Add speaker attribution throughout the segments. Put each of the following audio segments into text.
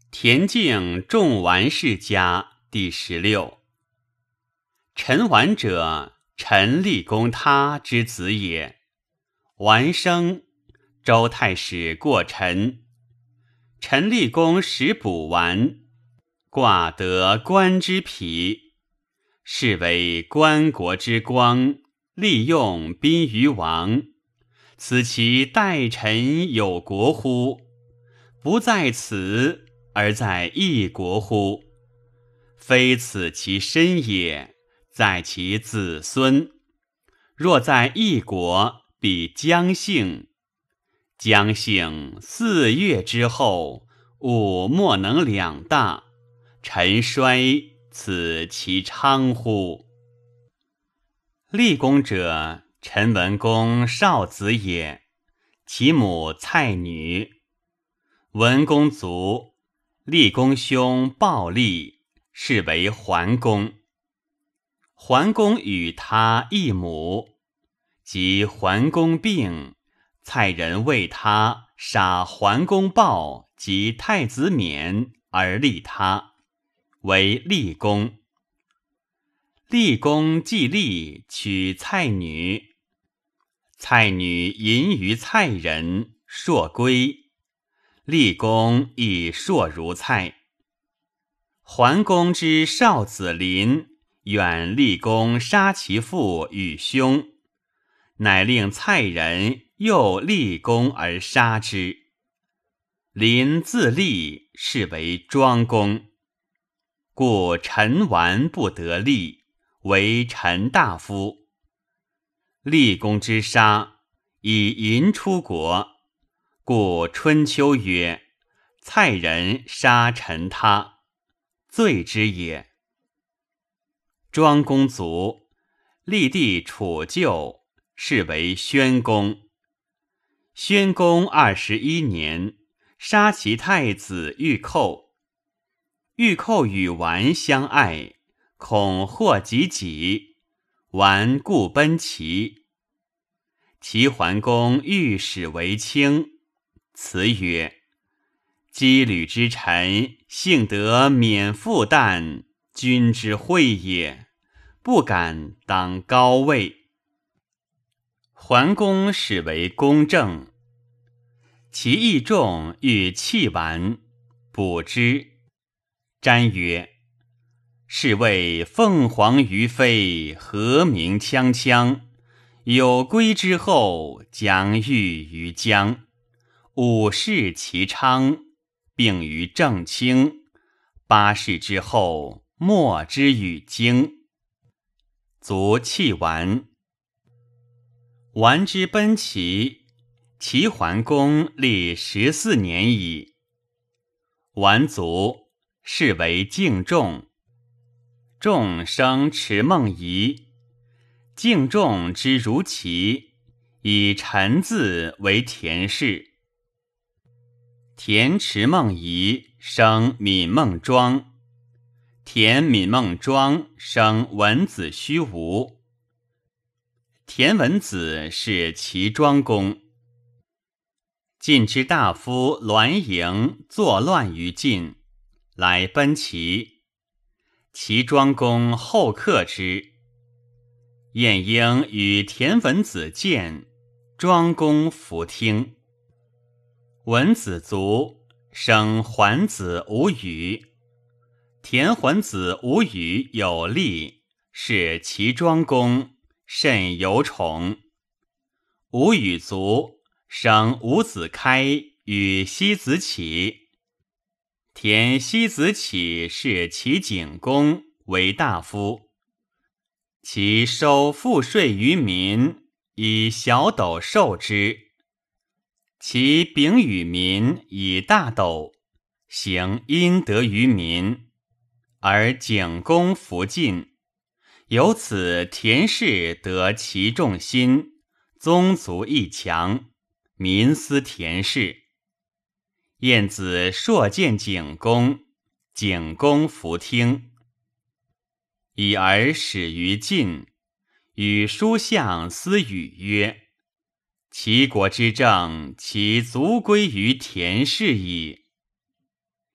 Speaker 1: 田径仲完世家第16。陈完者，陈立公他之子也。完生，周太史过陈。陈立公使卜完，卦得官之匹，是为官国之光，利用宾于王。此其待臣有国乎？不在此，而在异国乎？非此其身也，在其子孙。若在异国，必将幸。将幸4月之后，吾莫能两大。臣衰，此其昌乎？立公者，陈文公少子也，其母蔡女。文公卒，立公兄暴立，是为桓公。桓公与他异母，及桓公病，蔡人为他杀桓公豹及太子冕而立他，为立公。立公既立，娶蔡女。蔡女淫于蔡人，硕归。立公亦硕如蔡。桓公之少子临，远立公杀其父与兄，乃令蔡人诱立公而杀之。临自立，是为庄公。故陈完不得立，为陈大夫。立公之杀，以淫出国，故春秋曰：蔡人杀陈他，罪之也。庄公卒，立弟楚就，是为宣公。宣公21年，杀其太子玉寇。玉寇与完相爱，恐祸及己，完故奔齐。齐桓公欲使为卿，辞曰：羁旅之臣，幸得免负担，君之惠也，不敢当高位。桓公使为公正。其义重，欲弃完，卜之。瞻曰：是谓凤凰于飞，和鸣锵锵，有归之后，将欲于江。5世其昌，并于正卿。8世之后，莫之与荆。卒弃完。完之奔齐，齐桓公立14年矣。完卒，是为敬仲。仲生池孟仪。敬仲之如齐，以陈字为田氏。田池孟仪生闵孟庄。田闵孟庄生文子虚无。田文子是齐庄公。晋之大夫栾盈作乱于晋，来奔齐。齐庄公后克之。晏婴与田文子见，庄公弗听。文子卒，生桓子无语。田桓子无语有力，是齐庄公，甚有宠。无语卒，生伍子开与西子启。田西子启是齐景公，为大夫。其收赋税于民，以小斗受之。其秉与民以大斗，行阴德于民。而景公弗晋，由此田氏得其众心，宗族亦强，民思田氏。晏子朔见景公，景公弗听。以而始于晋，与书相私语曰：齐国之政，其足归于田氏矣。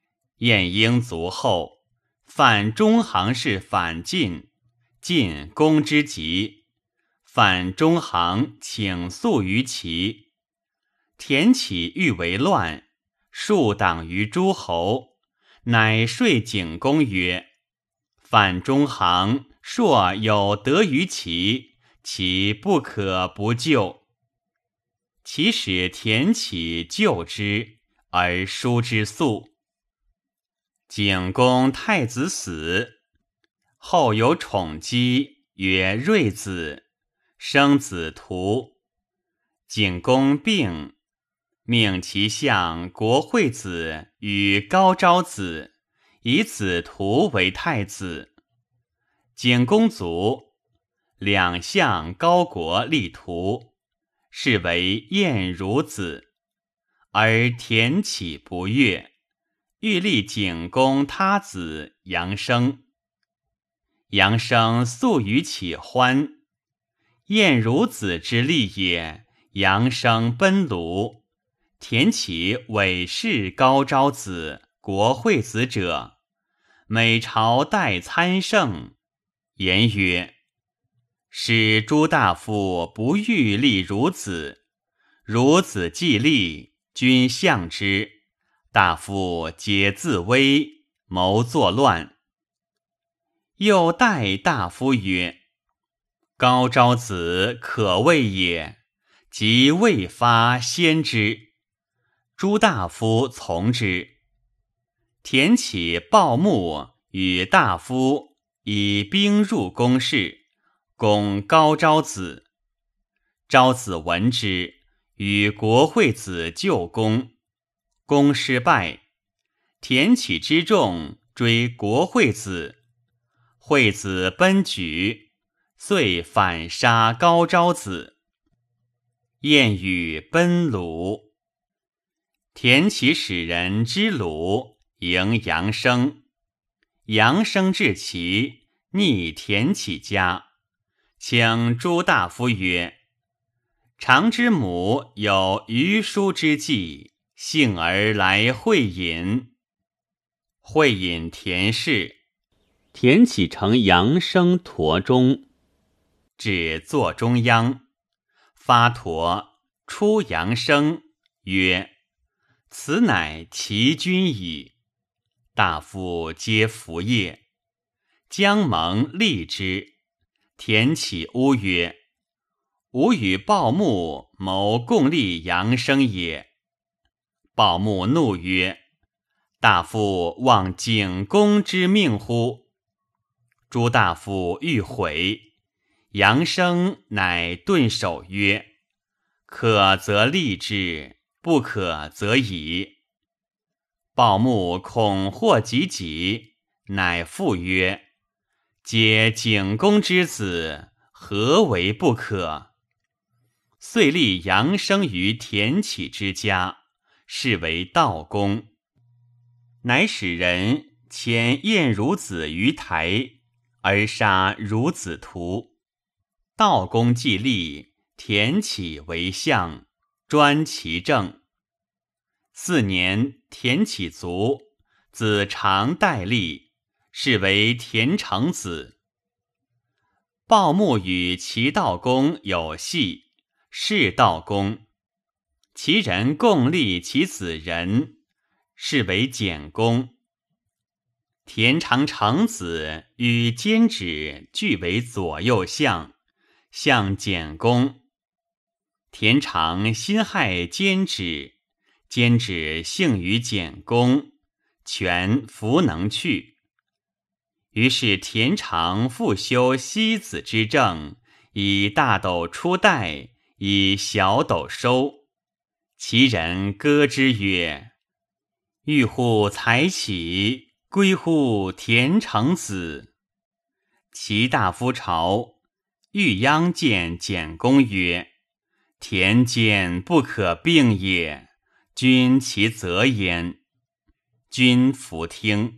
Speaker 1: 晏婴卒后，犯中行氏反晋，晋攻之急，犯中行请诉于齐。田启欲为乱，数党于诸侯，乃说景公曰：犯中行硕有得于齐，其不可不救。其使田启救之，而书之速。景公太子死，后有宠姬，曰睿子，生子图。景公病，命其相国惠子与高昭子，以子图为太子。景公卒，两相高国立图，是为晏如子。而田启不悦，欲立景公他子杨生。杨生素与启欢，晏如子之立也，杨生奔卢。田启委视高昭子、国惠子者，每朝代参圣，言曰：使诸大夫不欲立孺子，孺子既立，君相之，大夫皆自危，谋作乱。又代大夫曰：高昭子可畏也，即未发先之。诸大夫从之。田启抱木与大夫以兵入宫室，攻高昭子。昭子闻之，与国惠子救攻，攻失败。田启之众追国惠子，惠子奔举，遂反杀高昭子。晏与奔鲁。田启使人之鲁迎杨生，杨生至齐，逆田启家，请诸大夫曰：常之母有虞书之计，幸而来会饮。会饮田氏，田启乘杨生驼中，至座中央，发驼出杨生，曰：此乃齐君矣。大夫皆服业，将盟立之。田启呜曰：吾与鲍木谋共立杨生也。鲍木怒曰：大夫忘景公之命乎？诸大夫欲毁。杨生乃顿首曰：可则立之，不可则已。鲍木恐祸及己，乃复曰：皆景公之子，何为不可？遂立杨生于田启之家，是为道公。乃使人遣晏孺子于台，而杀孺子图。道公既立，田启为相，专其政。4年，田启卒，子长代立，是为田成子。鲍木与齐悼公有隙，是悼公。其人共立其子仁，是为简公。田常成子与监止俱为左右相，相简公。田常心害监止，监止幸于简公，权弗能去。于是田常复修西子之政，以大斗出代，以小斗收。其人歌之曰：欲乎才起，归乎田成子。其大夫朝，欲央见简公曰：田间不可并也，君其责焉。君弗听。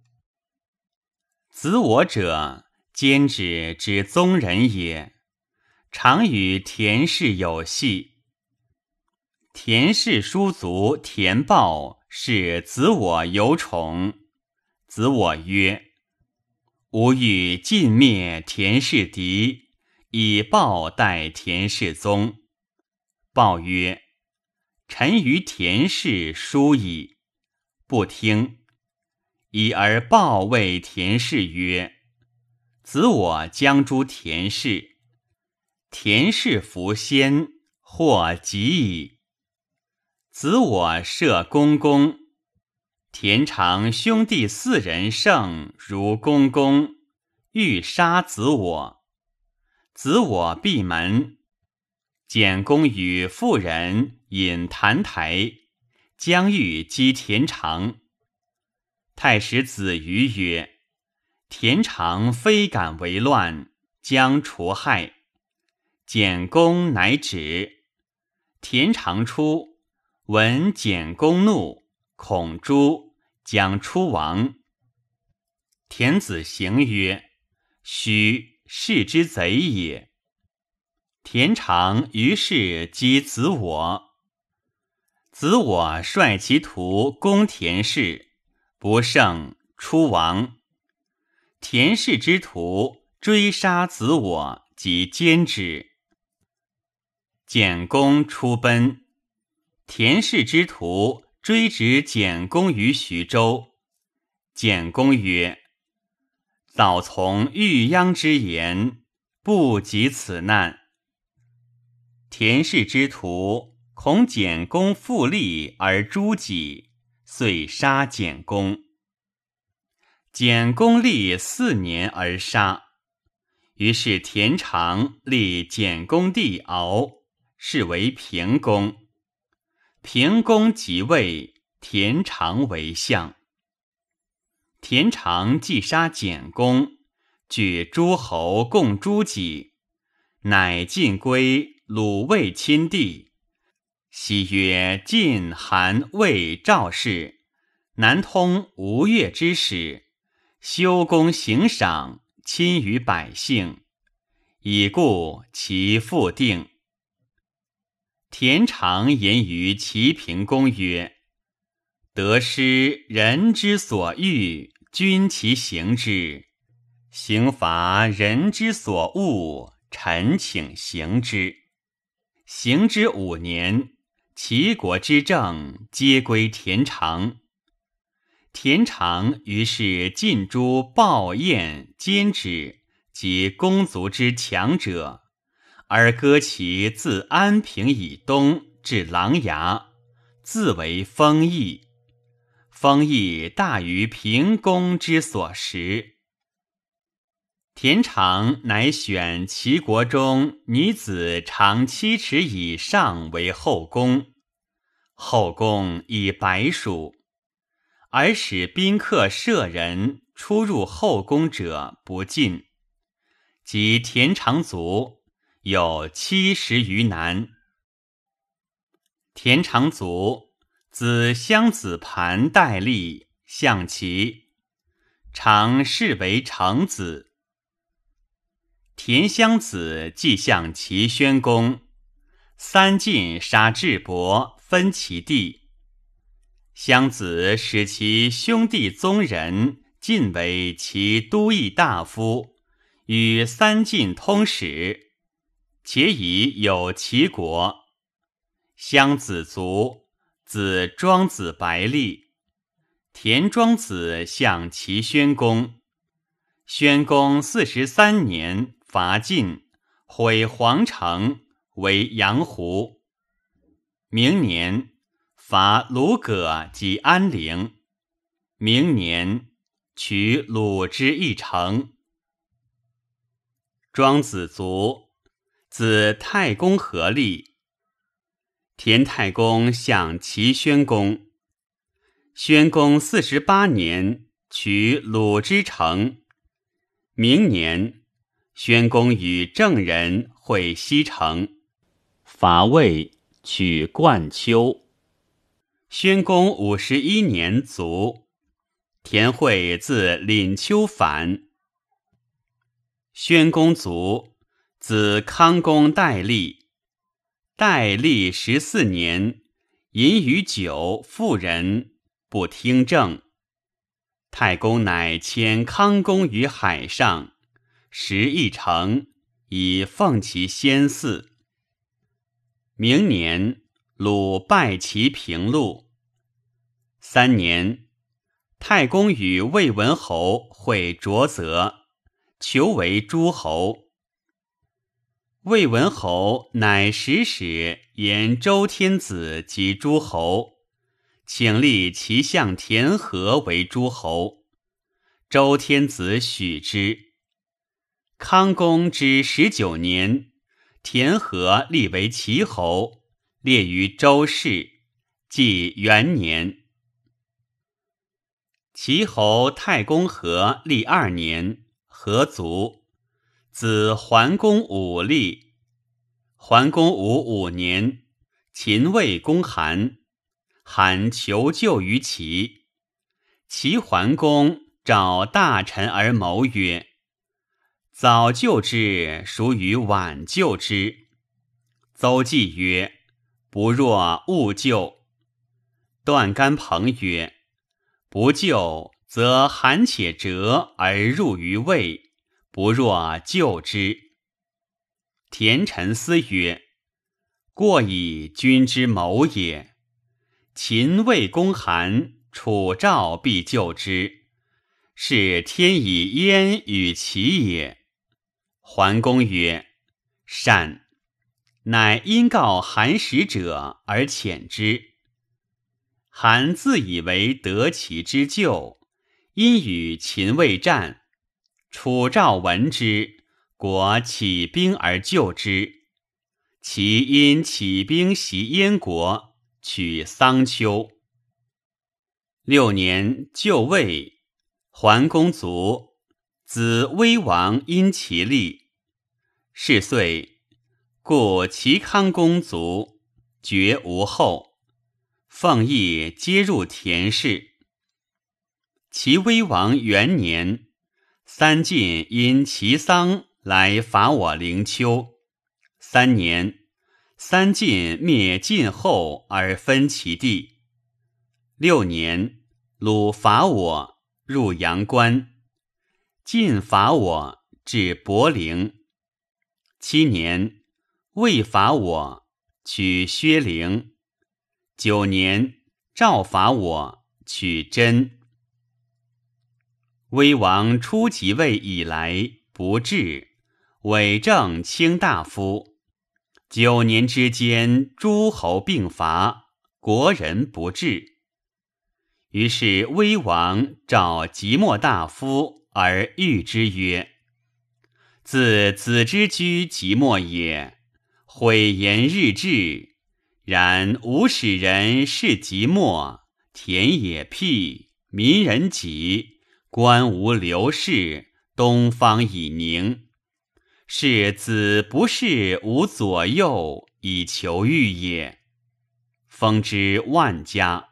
Speaker 1: 子我者，监止之宗人也，常与田氏有隙。 田氏叔族田豹是子我有宠。子我曰：吾欲尽灭田氏嫡，以豹代田氏宗。豹曰：臣于田氏疏矣。不听。已而豹谓田氏曰：子我将诛田氏，田氏伏先，或及矣。子我射公公，田常兄弟4人胜如公公，欲杀子我。子我闭门，简公与妇人饮澹台，将欲击田常。太史子瑜曰：田常非敢为乱，将除害。简公乃止。田常出，闻简公怒，恐诛，将出亡。田子行曰：须，是之贼也。田常于是击子我。子我率其徒攻田氏，不胜，出亡。田氏之徒追杀子我，及歼之。简公出奔，田氏之徒追执简公于徐州。简公曰：早从欲鞅之言，不及此难。田氏之徒恐简公复利而诛己，遂杀简公。简公立4年而杀。于是田常立简公弟敖，是为平公。平公即位，田常为相。田常既杀简公，举诸侯共诛己，乃晋归鲁卫亲弟。昔曰晋、韩、魏、赵氏，南通吴越之始，修功行赏，亲于百姓，已故其复定。田常言于齐平公曰：得失人之所欲，君其行之；刑罚人之所恶，臣请行之。行之5年，齐国之政皆归田常。田常于是尽诛鲍晏、监止及公族之强者，而割其自安平以东至琅琊，自为封邑。封邑大于平公之所食。田常乃选齐国中女子长7尺以上为后宫，后宫以白属，而使宾客舍人出入后宫者不尽。及田常族有70余男。田常族子襄子盘代立，象齐，常视为成子。田襄子既向齐宣公，3晋杀智伯，分其地。襄子使其兄弟宗人晋为其都邑大夫，与3晋通使，且已有齐国。襄子卒，子庄子白立。田庄子向齐宣公。宣公43年伐晋，毁皇城，为阳胡。明年伐鲁葛及安陵。明年取鲁之一城。庄子卒，子太公合立。田太公向齐宣公。宣公48年取鲁之城。明年宣公与郑人会西城，伐魏，取冠丘。宣公51年卒。田惠自廪丘反。宣公卒，子康公代立。代立14年， 饮与酒，妇人不听政。太公乃迁康公于海上，食一城，以奉其先嗣。明年，鲁败其平陆。3年，太公与魏文侯会浊泽，求为诸侯。魏文侯乃使使言周天子及诸侯，请立其相田和为诸侯。周天子许之。康公之19年，田和立为齐侯，列于周氏，纪元年。齐侯太公和立2年，和卒，子桓公武立。桓公武5年，秦魏攻韩，韩求救于齐。齐桓公召大臣而谋曰：早救之，孰与晚救之？邹忌曰：不若勿救。段干朋曰：不救，则韩且折而入于魏，不若救之。田臣思曰：过以君之谋也。秦魏攻韩，楚赵必救之，是天以焉与齐也。桓公曰：善。乃因告韩使者而遣之。韩自以为得其之救，因与秦魏战。楚赵闻之，国起兵而救之。其因起兵袭燕国，取桑丘。6年，就魏，桓公卒，子威王因其立。是岁，故齐康公卒，绝无后。奉义皆入田氏。齐威王元年，三晋因其丧来伐我陵丘。3年，三晋灭晋后而分其地。6年，鲁伐我，入阳关。晋伐我，至柏陵。7年，魏伐我，取薛陵。9年，赵伐我，取真。威王初即位以来，不治，伪正卿大夫。9年之间，诸侯并伐，国人不治。于是威王召即墨大夫而谕之曰：自子之居即墨也，讳言日至，然吾使人事即墨，田野辟，民人己，官无流士，东方已宁。是子不是无左右，以求欲也。封之万家。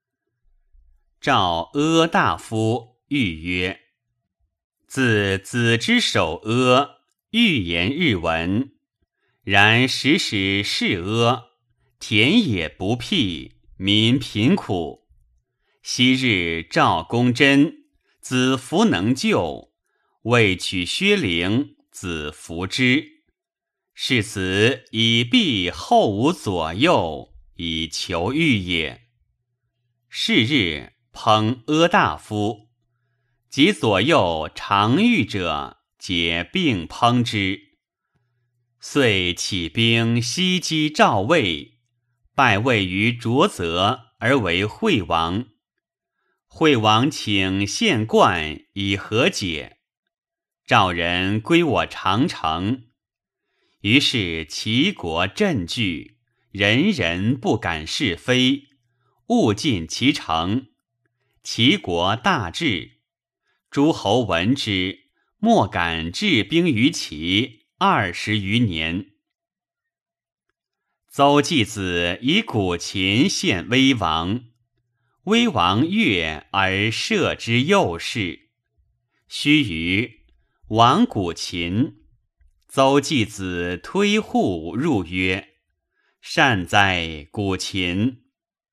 Speaker 1: 召阿大夫，谕曰：自子之守阿，欲言日闻。然时时是阿，田野不辟，民贫苦。昔日赵公真，子弗能救，未取薛陵，子弗之。是子以必后无左右，以求欲也。是日，烹阿大夫，及左右常欲者，皆并烹之。遂起兵西击赵魏，败魏于浊泽，而为惠王。惠王请献冠以和解。赵人归我长城。于是齐国震惧，人人不敢是非，误进其城。齐国大治。诸侯闻之，莫敢置兵于齐20余年。邹忌子以古琴献威王，威王悦而射之右室。须臾，亡古琴。邹忌子推户入曰：善哉，古琴！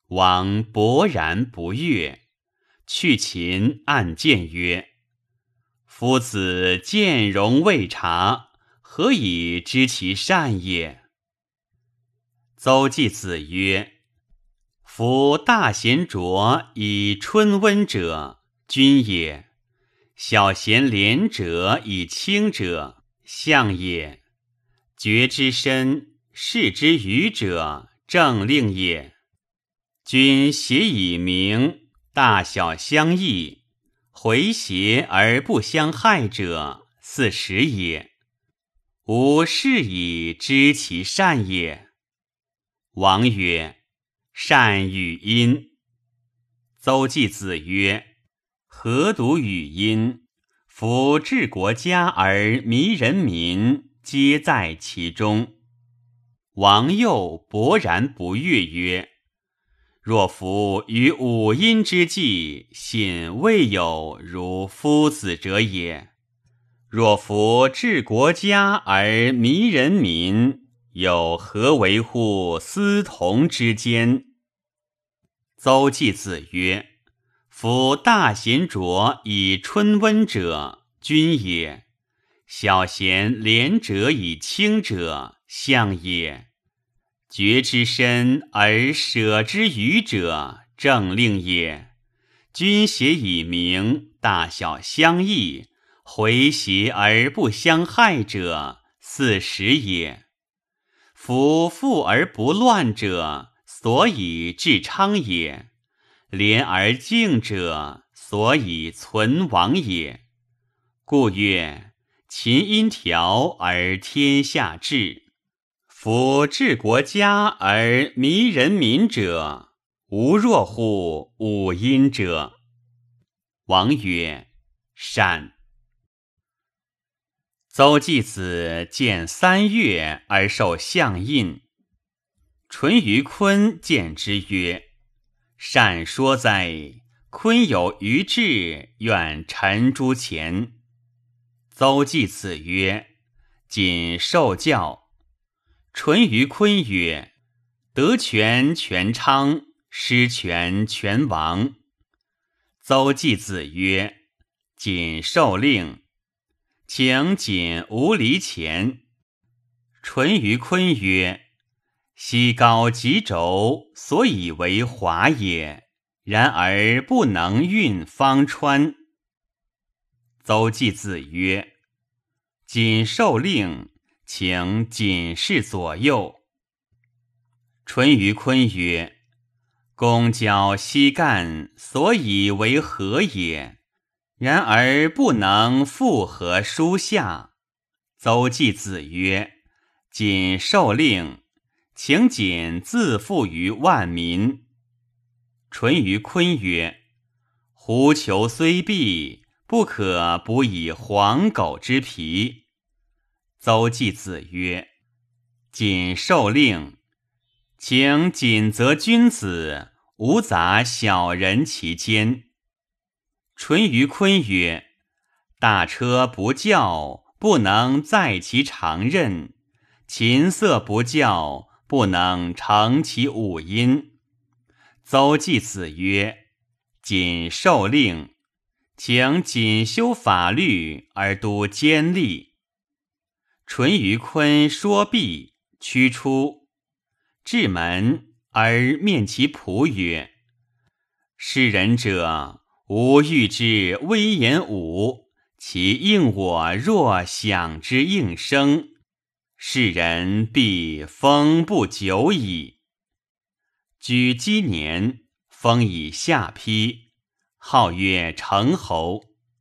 Speaker 1: 王勃然不悦，去秦暗谏曰：夫子见容未察，何以知其善也？邹忌子曰：夫大贤卓以春温者，君也；小贤廉者以轻者，相也；决之深，视之愚者，政令也。君协以明，大小相异，回邪而不相害者，四时也。吾是以知其善也。王曰：善与阴。邹忌子曰：何独与阴？夫治国家而迷人民，皆在其中。王又勃然不悦曰：若夫于五阴之际，信未有如夫子者也。若夫治国家而迷人民，有何为乎私同之间？邹忌子曰：夫大贤卓以春温者，君也；小贤廉者以轻者，相也；决之深而舍之愚者，政令也。君协以明，大小相异，回邪而不相害者，四时也。夫富而不乱者，所以治昌也；廉而敬者，所以存亡也。故曰：秦阴调而天下治。夫治国家而迷人民者，无若乎五阴者。王曰：善。邹忌子见3月而受相印。淳于髡见之曰：善说哉！髡有余志，愿陈诸前。邹忌子曰：谨受教。淳于髡曰：得权全昌，失权全亡。邹忌子曰：谨受令。请谨无离前。淳于髡曰：西高极轴，所以为华也，然而不能运方川。邹忌子曰：谨受令，请谨视左右。淳于髡曰：公交西干，所以为和也，然而不能复合书下。邹忌子曰：谨受令，请谨自负于万民。淳于髡曰：狐裘虽敝，不可不以黄狗之皮。邹忌子曰：谨受令，请谨责君子，无杂小人其间。淳于髡曰：大车不教，不能载其长刃；琴瑟不教，不能成其五音。邹忌子曰：谨受令，请谨修法律而督监吏。淳于髡说毕，驱出，至门而面其仆曰：是人者，吾欲之威严武，其应我若响之应声，是人必封不久矣。居积年，封以下邳，号曰成侯。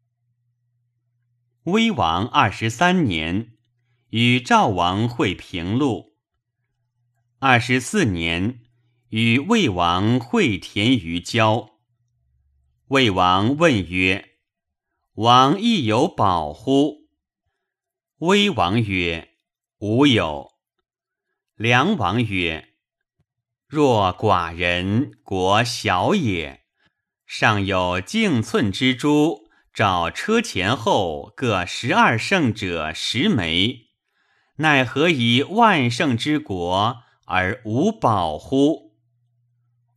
Speaker 1: 威王23年，与赵王会平陆。24年，与魏王会田于郊。魏王问曰：王亦有宝乎？威王曰：无有。梁王曰：若寡人，国小也，尚有径寸之珠，找车前后各12乘者10枚，奈何以万乘之国而无宝乎？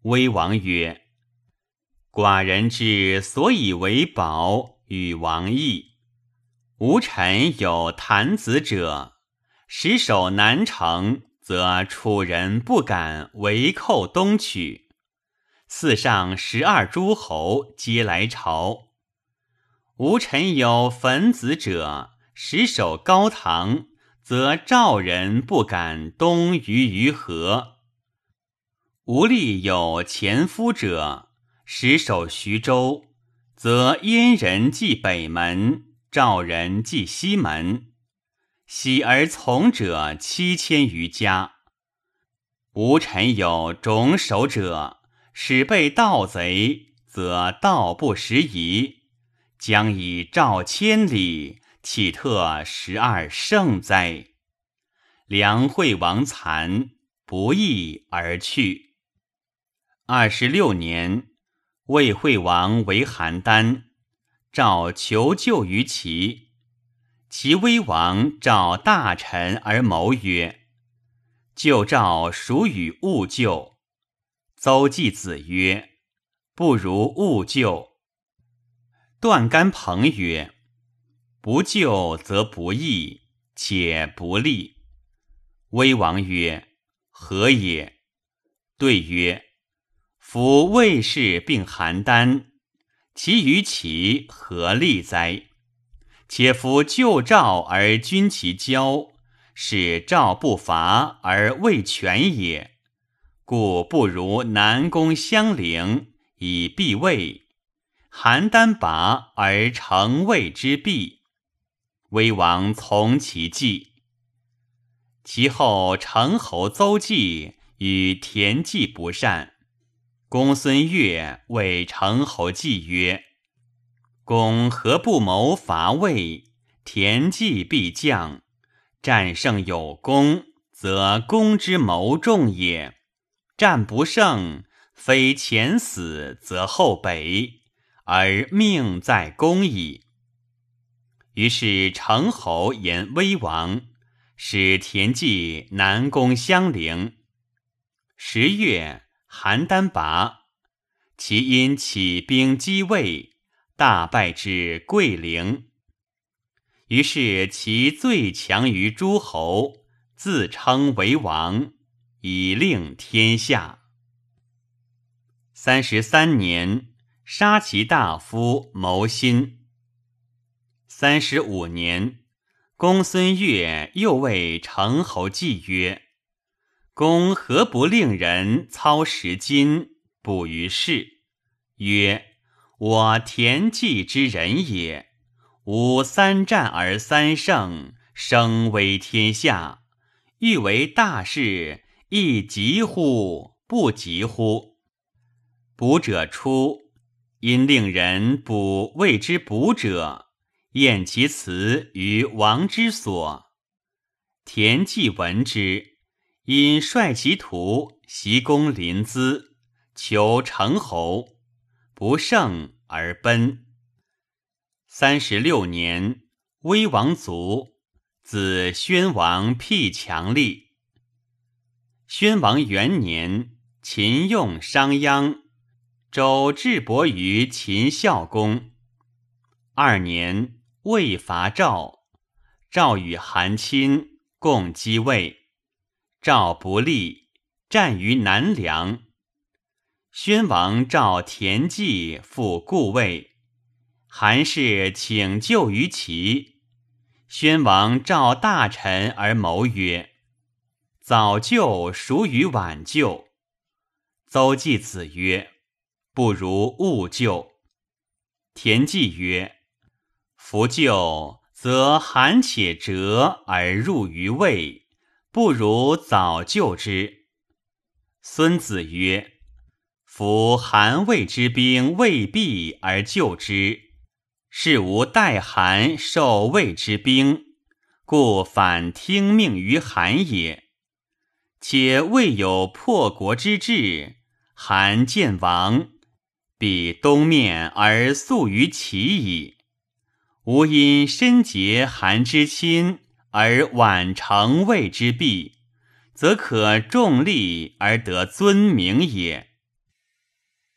Speaker 1: 威王曰：寡人之所以为宝，与王异。吾臣有谭子者，实守南城，则楚人不敢围寇东取。四上12诸侯皆来朝。吾臣有汾子者，实守高唐，则赵人不敢东于河。吾力有前夫者，实守徐州，则燕人继北门，赵人继西门，喜而从者7000余家。吾臣有种守者，使被盗贼，则道不拾遗，将以赵千里，岂特12胜哉？梁惠王残，不义而去。26年，魏惠王为邯郸，赵求救于齐。齐威王召大臣而谋曰：救赵孰与勿救？邹忌子曰：不如勿救。段干朋曰：不救则不义，且不利。威王曰：何也？对曰：夫魏氏并邯郸，其于齐何利哉？且夫救赵而君其交，使赵不伐而魏全也。故不如南攻襄陵，以避魏；邯郸拔而成魏之弊。威王从其计。其后成侯邹忌与田忌不善。公孙越谓成侯忌曰：公何不谋伐魏？田忌必将，战胜有功，则公之谋众也；战不胜，非前死则后北，而命在公矣。于是成侯言威王，使田忌南攻襄陵。10月，邯郸拔，其因起兵击魏，大败至桂陵。于是其最强于诸侯，自称为王，以令天下。33年，杀其大夫牟欣。35年，公孙越又谓成侯忌曰：公何不令人操10斤，补于市？曰：我田忌之人也。吾3战而3胜，声威天下，欲为大事，亦急乎不急乎？卜者出，因令人卜谓之卜者，验其辞于王之所。田忌闻之，因率其徒袭攻临淄，求成侯，不胜而奔。36年，威王卒，子宣王辟强立。宣王元年，秦用商鞅，周智伯于秦孝公。2年，魏伐赵，赵与韩亲，共击魏。赵不利，战于南梁。宣王召田忌复固魏。韩氏请救于齐。宣王召大臣而谋曰：早救孰与晚救？邹忌子曰：不如勿救。田忌曰：夫救，则韩且折而入于魏，不如早救之。孙子曰：夫韩魏之兵未必而救之，是无待韩受魏之兵，故反听命于韩也。且未有破国之志，韩见亡，必东面而速于齐矣。吾因深结韩之亲，而晚成魏之弊，则可重利而得尊名也。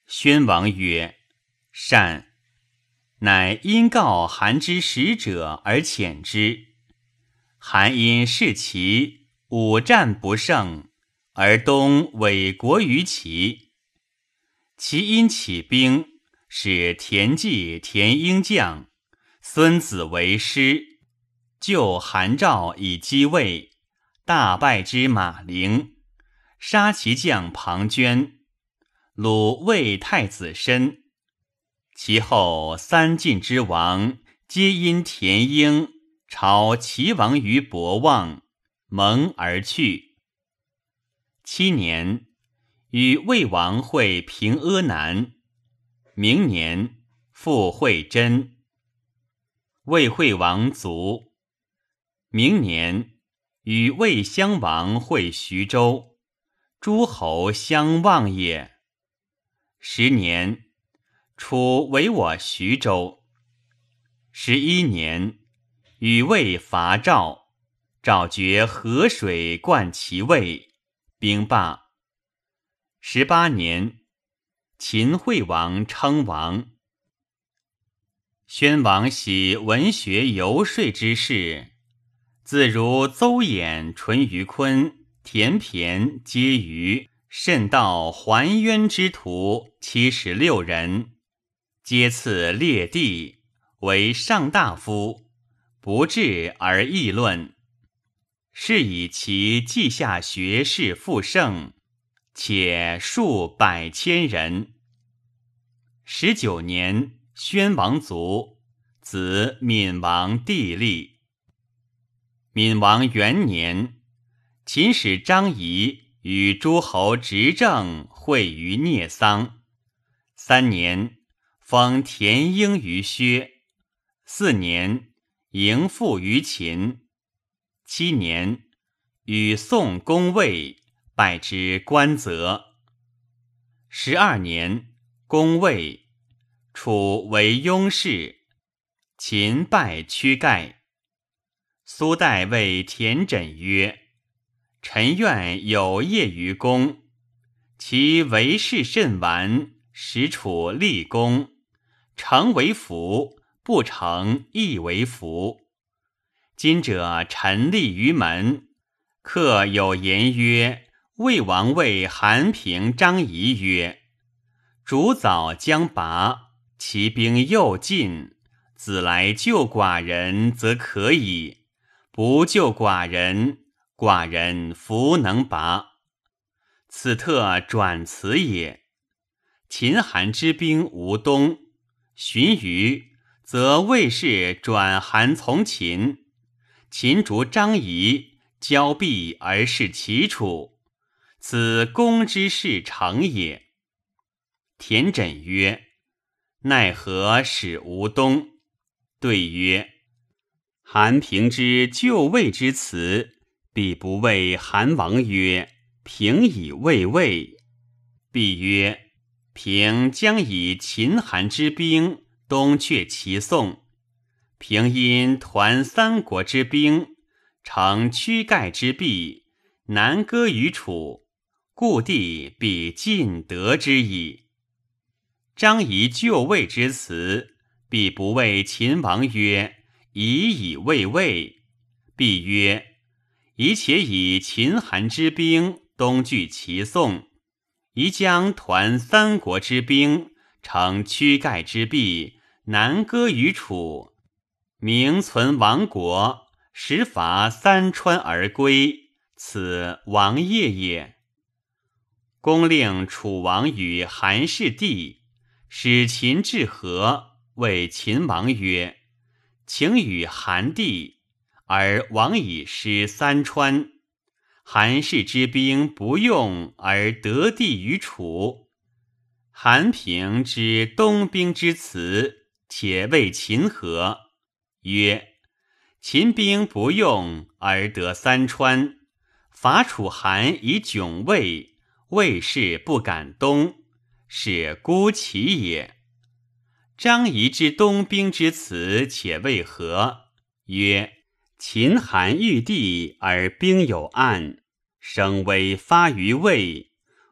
Speaker 1: 宣王曰：善。乃因告韩之使者而遣之。韩因视其武战不胜，而东委国于齐。齐因起兵，使田忌、田婴将，孙子为师，救韩赵以击魏，大败之马陵，杀其将庞涓，虏魏太子申。其后三晋之王，皆因田婴朝齐王于博望，蒙而去。7年，与魏王会平阿南。明年，复会真。魏惠王卒。明年，与魏襄王会徐州，诸侯相望也。10年，楚为我徐州。11年，与魏伐赵，赵决河水灌其魏，兵罢。18年，秦惠王称王。宣王喜文学游说之事，自如邹衍、淳于髡、田骈、皆于甚道还渊之徒76人，皆赐列第，为上大夫，不治而议论。是以其稷下学士复盛，且数百千人。19年，宣王卒，子闵王弟立。闵王元年，秦使张仪与诸侯执政会于聂桑。3年，封田婴于薛。4年，迎父于秦。7年，与宋攻魏，败之关泽。12年，攻魏，楚为雍氏，秦败屈盖。苏代谓田轸曰：臣愿有业于公，其为事甚顽，使楚立功，成为福，不成亦为福。今者臣立于门，客有言曰：魏王谓韩平、张仪曰：主早将拔，其兵又进，子来救寡人则可矣，不救寡人，寡人弗能拔。此特转辞也。秦韩之兵无东，荀彧，则魏氏转韩从秦，秦逐张仪，交臂而视齐楚，此公之事成也。田轸曰：奈何使无东？对曰：韩平之就魏之辞，必不谓韩王曰：平以卫魏。必曰：平将以秦韩之兵东却齐宋，平因团三国之兵，乘屈盖之弊，南割于楚，故地必尽得之矣。张仪就魏之辞，必不谓秦王曰：以卫魏。必曰：宜且以秦韩之兵东拒齐宋，宜将团三国之兵，乘屈盖之弊，南割于楚，名存亡国，时伐三川而归，此王业也。公令楚王与韩氏帝，使秦至和，谓秦王曰：请与韩帝，而王以失三川。韩氏之兵不用而得地于楚。韩平之东兵之辞，且谓秦和，曰：秦兵不用而得三川，伐楚韩以窘魏，魏氏不敢东，是孤齐也。张仪之东兵之辞，且谓和，曰：秦韩遇地而兵有岸，声威发于魏，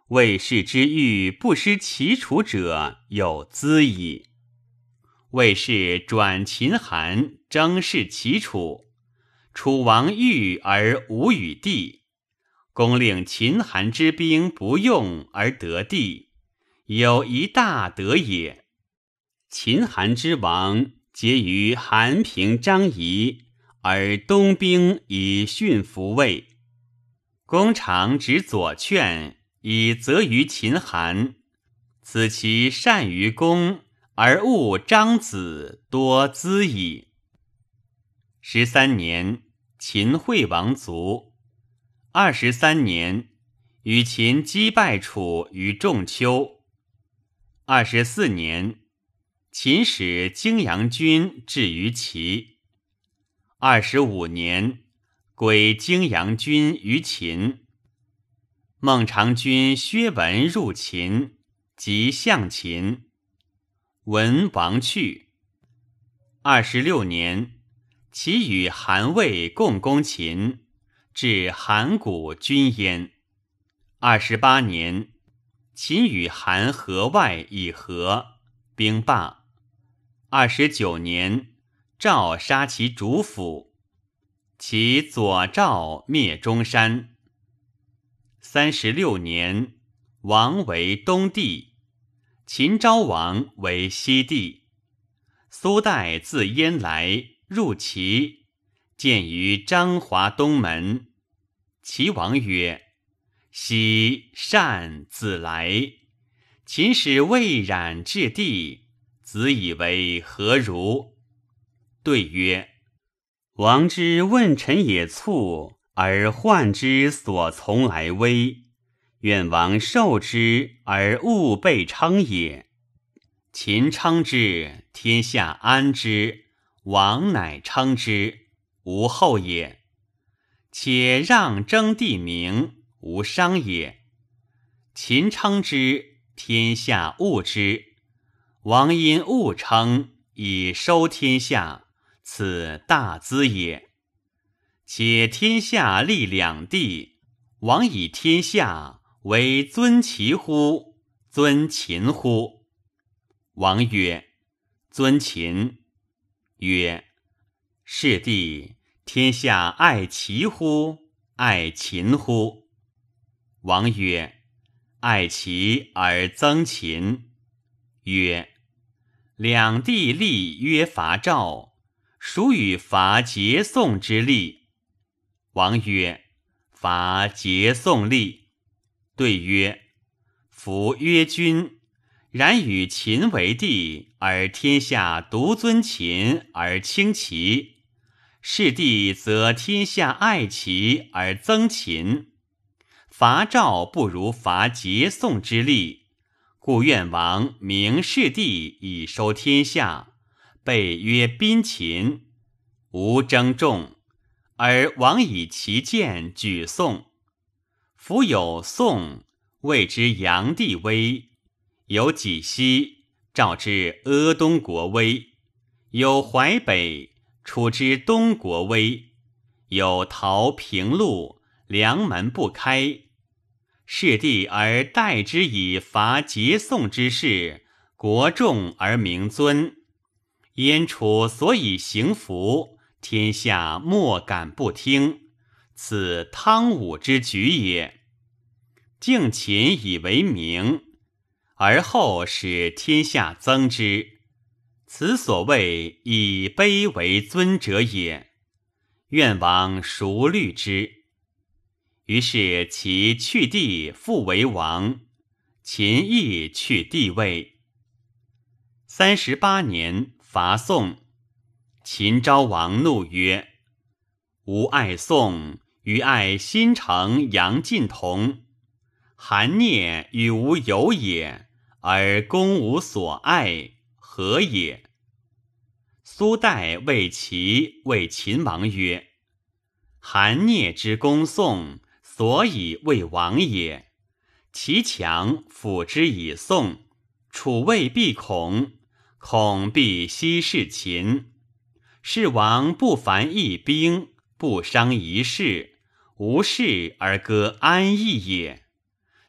Speaker 1: 魏氏之欲不失其楚者有资矣。魏氏转秦韩，争视齐楚，楚王欲而无与地，公令秦韩之兵不用而得地，有一大德也。秦韩之王皆于韩平张仪，而东兵以训服魏。公常执左劝，以责于秦韩，此其善于公，而误张子多资矣。13年，秦惠王卒。23年，与秦击败楚于仲丘。24年，秦使荆阳君至于齐。25年，归荆阳君于秦。孟尝君薛文入秦，即向秦。文王去。26年，齐与韩魏共攻秦，至函谷军焉。28年，秦与韩河外以和，兵罢。29年，赵杀其主辅，其左赵灭中山。36年，王为东帝，秦昭王为西帝。苏代自燕来，入齐，见于张华东门。齐王曰：昔善子来。秦使魏冉至地，子以为何如？对曰：王之问臣也促，而患之所从来危，愿王受之而勿被称也。秦称之，天下安之，王乃称之，无后也。且让争地名，无伤也。秦称之，天下恶之，王因恶称，以收天下，此大资也。且天下立两地，王以天下为尊齐乎？尊秦乎？王曰：尊秦。曰：是帝，天下爱齐乎？爱秦乎？王曰：爱齐而憎秦。曰：两地立约伐赵，孰与伐桀宋之利？王曰：伐桀宋利。对曰：夫约君，然与秦为帝，而天下独尊秦而轻齐，是帝则天下爱齐而憎秦。伐赵不如伐桀宋之利，故愿王明是帝以收天下，备约宾秦，无争众，而王以其剑举宋。夫有宋，谓之阳帝威；有济西，赵之阿东国威；有淮北，楚之东国威；有陶平陆，梁门不开。是帝而代之以伐桀宋之事，国重而民尊。燕楚所以行服，天下莫敢不听，此汤武之举也。敬秦以为名，而后使天下憎之，此所谓以卑为尊者也。愿王孰虑之？于是其去帝复为王，秦亦去帝位。38年，伐宋。秦昭王怒曰：吾爱宋，与爱新城杨晋同。韩聂与吾友也，而公无所爱，何也？苏代谓齐谓秦王曰：韩聂之攻宋，所以为王也。其强，辅之以宋，楚魏必恐，恐必西事秦。是王不烦一兵，不伤一事，无事而歌安邑也。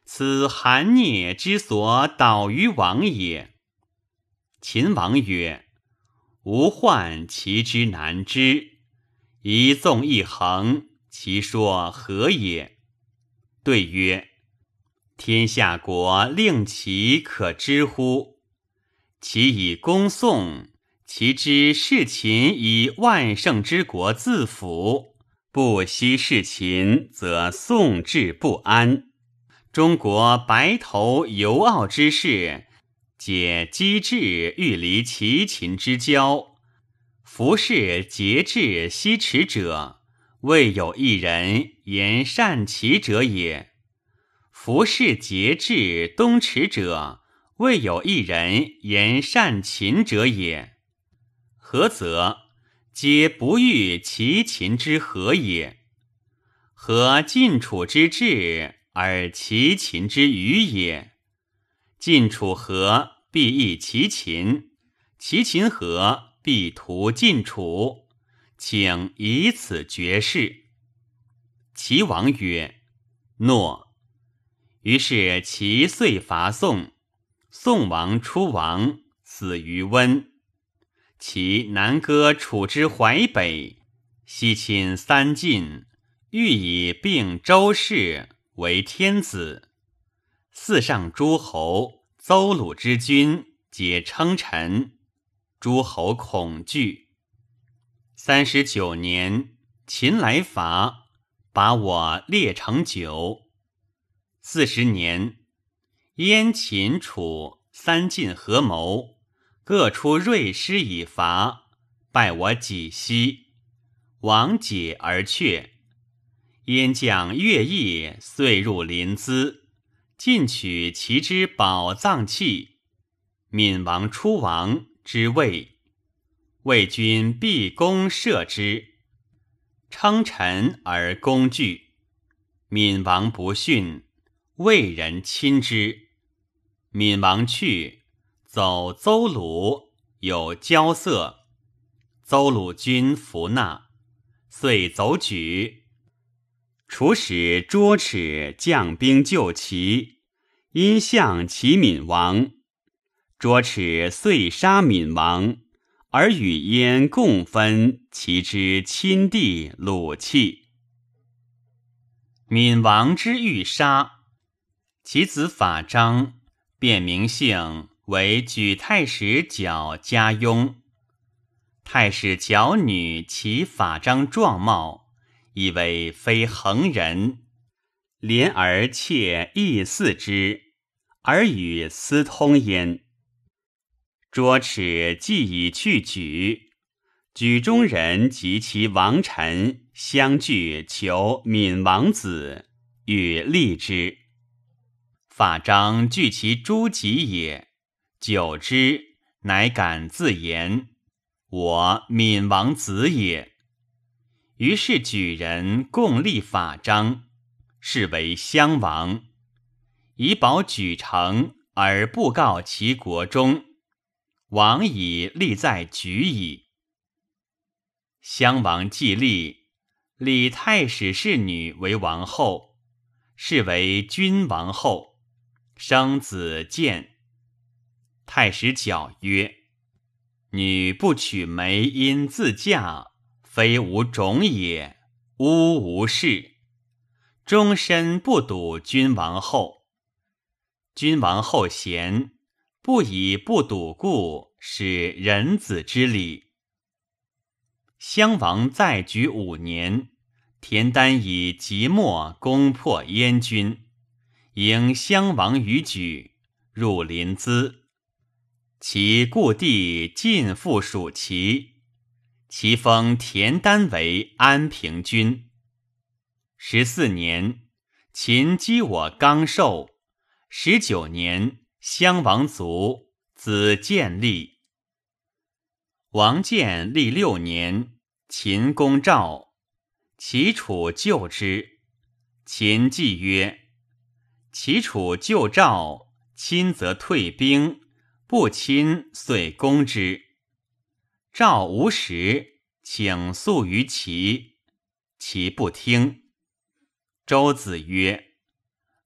Speaker 1: 此韩孽之所导于王也。”秦王曰：“吾患其之难知，一纵一横，其说何也？”对曰：“天下国令其可知乎？其以公宋，其知事秦以万乘之国自辅，不惜事秦，则宋治不安。中国白头游傲之士，皆机智欲离其秦之交。夫是节制西驰者，未有一人言善其者也。夫是节制东驰者，未有一人言善秦者也。何则？皆不欲其秦之和也。何晋楚之治，而其秦之愚也？晋楚和，必益其秦；其秦和，必图晋楚。请以此决事。”齐王曰：“诺。”于是齐遂伐宋。宋王出亡，死于温。其南割楚之淮北，西侵三晋，欲以并周氏，为天子。四上诸侯、邹鲁之君皆称臣，诸侯恐惧。39年，秦来伐，把我列成酒。40年，燕、秦、楚三晋合谋，各出锐师以伐，败我己西，王解而却。燕将乐毅遂入临淄，尽取其之宝藏器。闵王出亡，之魏。魏军必攻射之，称臣而攻惧。闵王不逊，魏人亲之。闵王去，走邹鲁，有骄色。邹鲁军弗纳，遂走莒。楚使卓齿将兵救齐，因向齐闵王。卓齿遂杀闵王，而与燕共分其之亲弟鲁器。闵王之欲杀，其子法章变名姓为举太史角家雍。太史角女其法章状貌，以为非横人，怜而妾亦似之，而与私通焉。卓齿既已去莒，莒中人及其王臣相聚求闵王子，欲立之。法章据其诸己也，久之，乃敢自言：“我闵王子也。”于是举人共立法章，是为襄王，以保举城而不告其国中。王已立在莒矣。襄王既立，立太史侍女为王后，是为君王后，生子建。太史角曰：“女不取媒因自嫁，非无种也，巫无事。终身不睹君王后。君王后贤，不以不睹故，是人子之礼。”襄王在莒5年，田丹以即墨攻破燕军，迎襄王于莒，入临淄。其故地尽附属齐，其封田丹为安平君。14年，秦击我刚寿。19年，襄王卒，子建立。王建立6年，秦攻赵，齐楚救之。秦计曰：“齐楚救赵，亲则退兵，不亲遂攻之。赵无食，请诉于齐，齐不听。”周子曰：“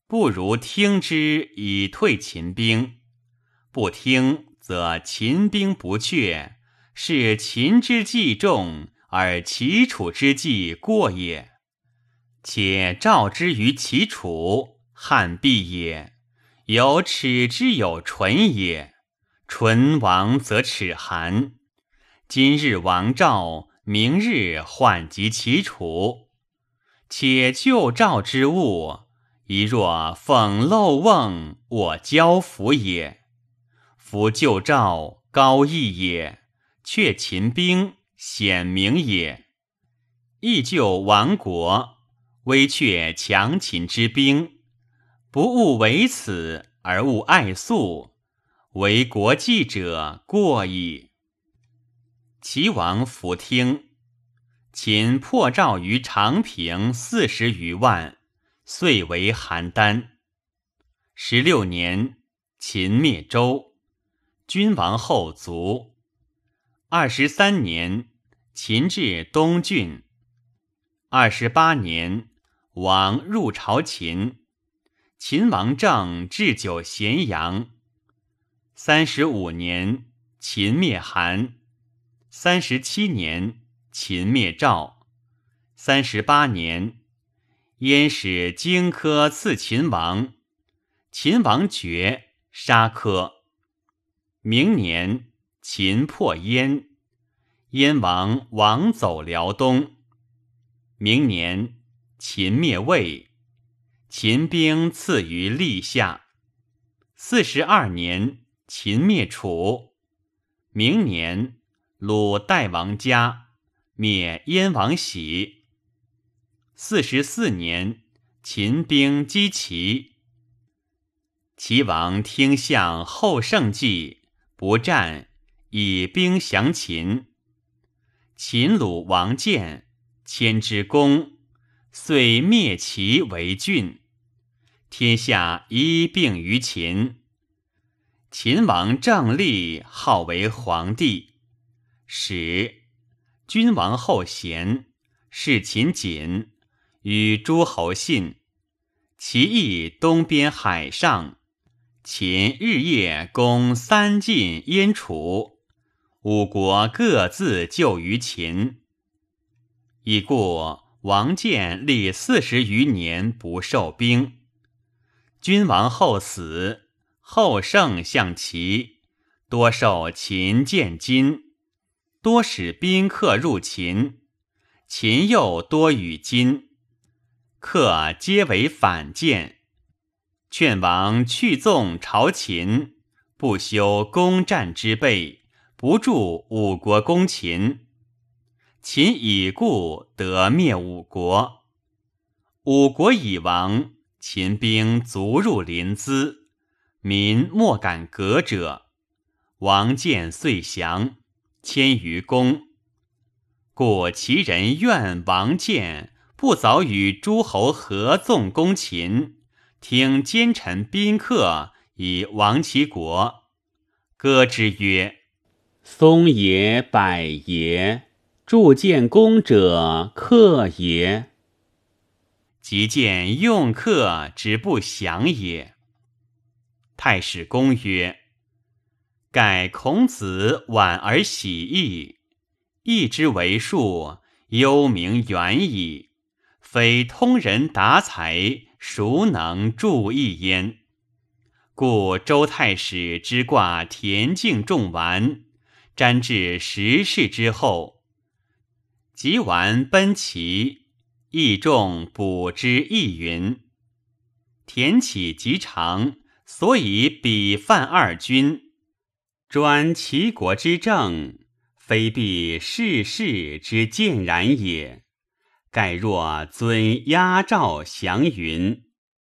Speaker 1: 不如听之以退秦兵，不听则秦兵不却，是秦之计重，而齐楚之计过也。且赵之于齐楚，汉必也，有耻之有唇也，唇亡则齿寒。今日亡赵，明日患及齐楚。且救赵之物，宜若讽漏瓮，我交服也。夫救赵，高义也；却秦兵，显明也。亦救亡国，威却强秦之兵，不务为此，而务爱粟，为国计者过矣。齐王弗听。秦破赵于长平40余万，遂为邯郸。16年，秦灭周，君王后卒。23年，秦至东郡。28年，王入朝秦。秦王政置酒咸阳。35年，秦灭韩。37年，秦灭赵。38年，燕使荆轲刺秦王，秦王绝，杀轲。明年，秦破燕，燕王亡走辽东。明年，秦灭魏，秦兵刺于历下。42年，秦灭楚。明年，鲁代王嘉，灭燕王喜。44年，秦兵击齐。齐王听相后胜计，不战，以兵降秦。秦鲁王建，迁之功，遂灭齐为郡，天下一并于秦。秦王正立，号为皇帝。始，君王后贤，事秦谨，与诸侯信。其邑东边海上，秦日夜攻三晋燕楚，五国各自救于秦。已故王建历40余年不受兵。君王后死，后胜向齐，多受秦建金，多使宾客入秦，秦又多与金，客皆为反间。劝王去纵朝秦，不修攻战之备，不助五国攻秦。秦已故，得灭五国。五国已亡，秦兵卒入临淄，民莫敢革者。王建遂降，迁于宫。故齐人怨王建不早与诸侯合纵攻秦，听奸臣宾客以亡其国。歌之曰：松也，柏也，铸建功者克也。即见用客之不祥也。太史公曰：盖孔子婉而喜义，义之为术，幽冥远矣。非通人达才，孰能助义焉？故周太史之卦田径仲完，瞻至时事之后，及完奔齐，义仲补之亦云：田启极长，所以比范二君，专齐国之政，非必世事之见然也。盖若尊压赵降云，